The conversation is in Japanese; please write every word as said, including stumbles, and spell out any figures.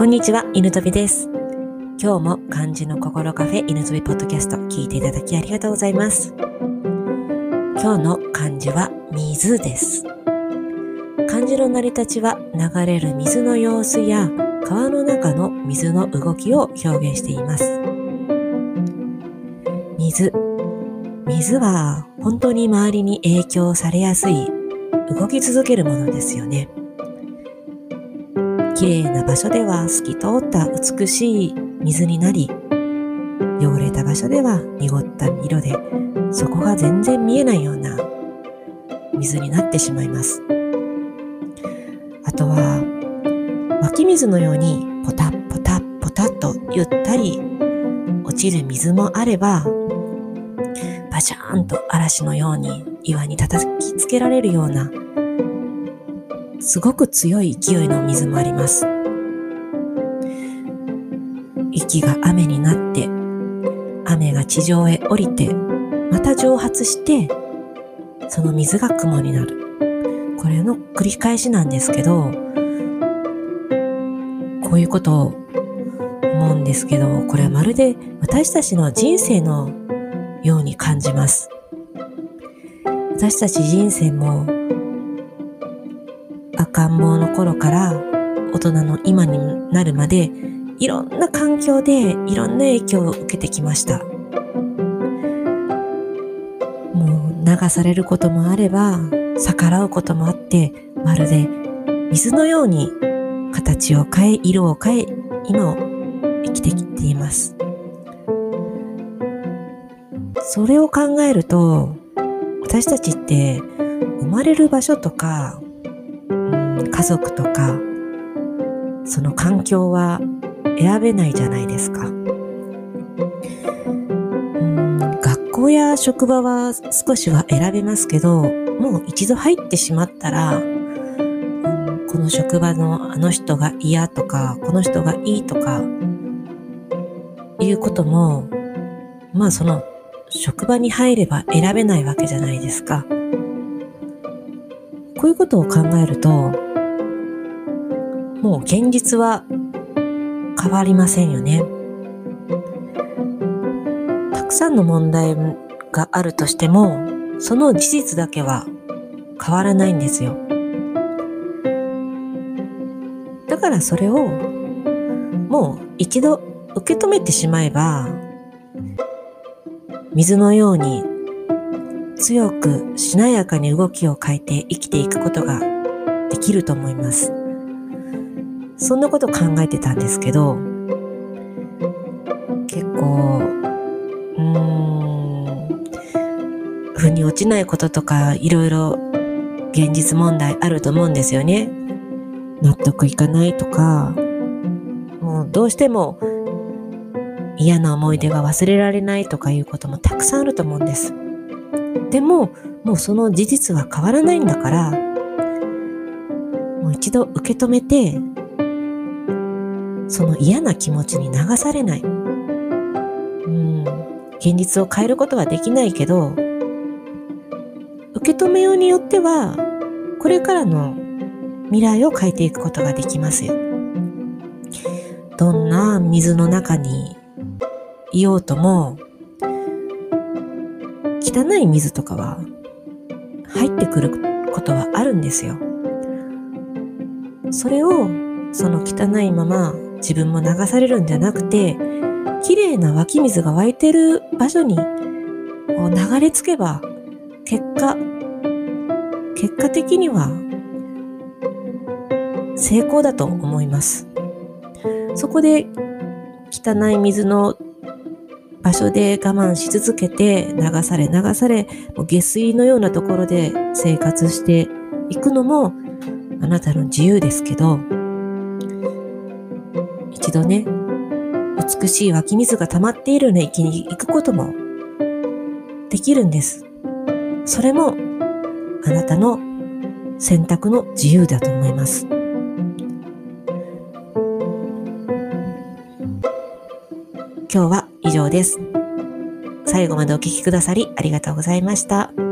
んにちは、犬飛びです。今日も漢字の心カフェ犬飛びポッドキャスト聞いていただきありがとうございます。今日の漢字は水です。漢字の成り立ちは流れる水の様子や川の中の水の動きを表現しています。水。水は本当に周りに影響されやすい、動き続けるものですよね。綺麗な場所では透き通った美しい水になり、汚れた場所では濁った色でそこが全然見えないような水になってしまいます。あとは湧き水のようにポタッポタッポタッとゆったり落ちる水もあれば、バシャーンと嵐のように岩に叩きつけられるようなすごく強い勢いの水もあります。息が雨になって、雨が地上へ降りて、また蒸発して、その水が雲になる。これの繰り返しなんですけど、こういうことを思うんですけど、これはまるで私たちの人生のように感じます。私たち人生も赤ん坊の頃から大人の今になるまでいろんな環境でいろんな影響を受けてきました。もう流されることもあれば逆らうこともあって、まるで水のように形を変え色を変え今を生きてきています。それを考えると、私たちって生まれる場所とか家族とかその環境は選べないじゃないですか。うん学校や職場は少しは選べますけど、もう一度入ってしまったら、うん、この職場のあの人が嫌とかこの人がいいとかいうことも、まあその職場に入れば選べないわけじゃないですか。こういうことを考えると、もう現実は変わりませんよね。たくさんの問題があるとしても、その事実だけは変わらないんですよ。だからそれをもう一度受け止めてしまえば、水のように強くしなやかに動きを変えて生きていくことができると思います。そんなこと考えてたんですけど、結構うーん腑に落ちないこととかいろいろ現実問題あると思うんですよね。納得いかないとか、もうどうしても嫌な思い出が忘れられないとかいうこともたくさんあると思うんです。でももうその事実は変わらないんだから、もう一度受け止めて、その嫌な気持ちに流されない。うん、現実を変えることはできないけど、受け止めようによってはこれからの未来を変えていくことができますよ。どんな水の中にいようとも、汚い水とかは入ってくることはあるんですよ。それをその汚いまま自分も流されるんじゃなくて、綺麗な湧き水が湧いてる場所にこう流れ着けば、結果結果的には成功だと思います。そこで汚い水の場所で我慢し続けて、流され流されもう下水のようなところで生活していくのもあなたの自由ですけど、一度ね、美しい湧き水が溜まっているような域に行くこともできるんです。それもあなたの選択の自由だと思います。今日は以上です。最後までお聞きくださりありがとうございました。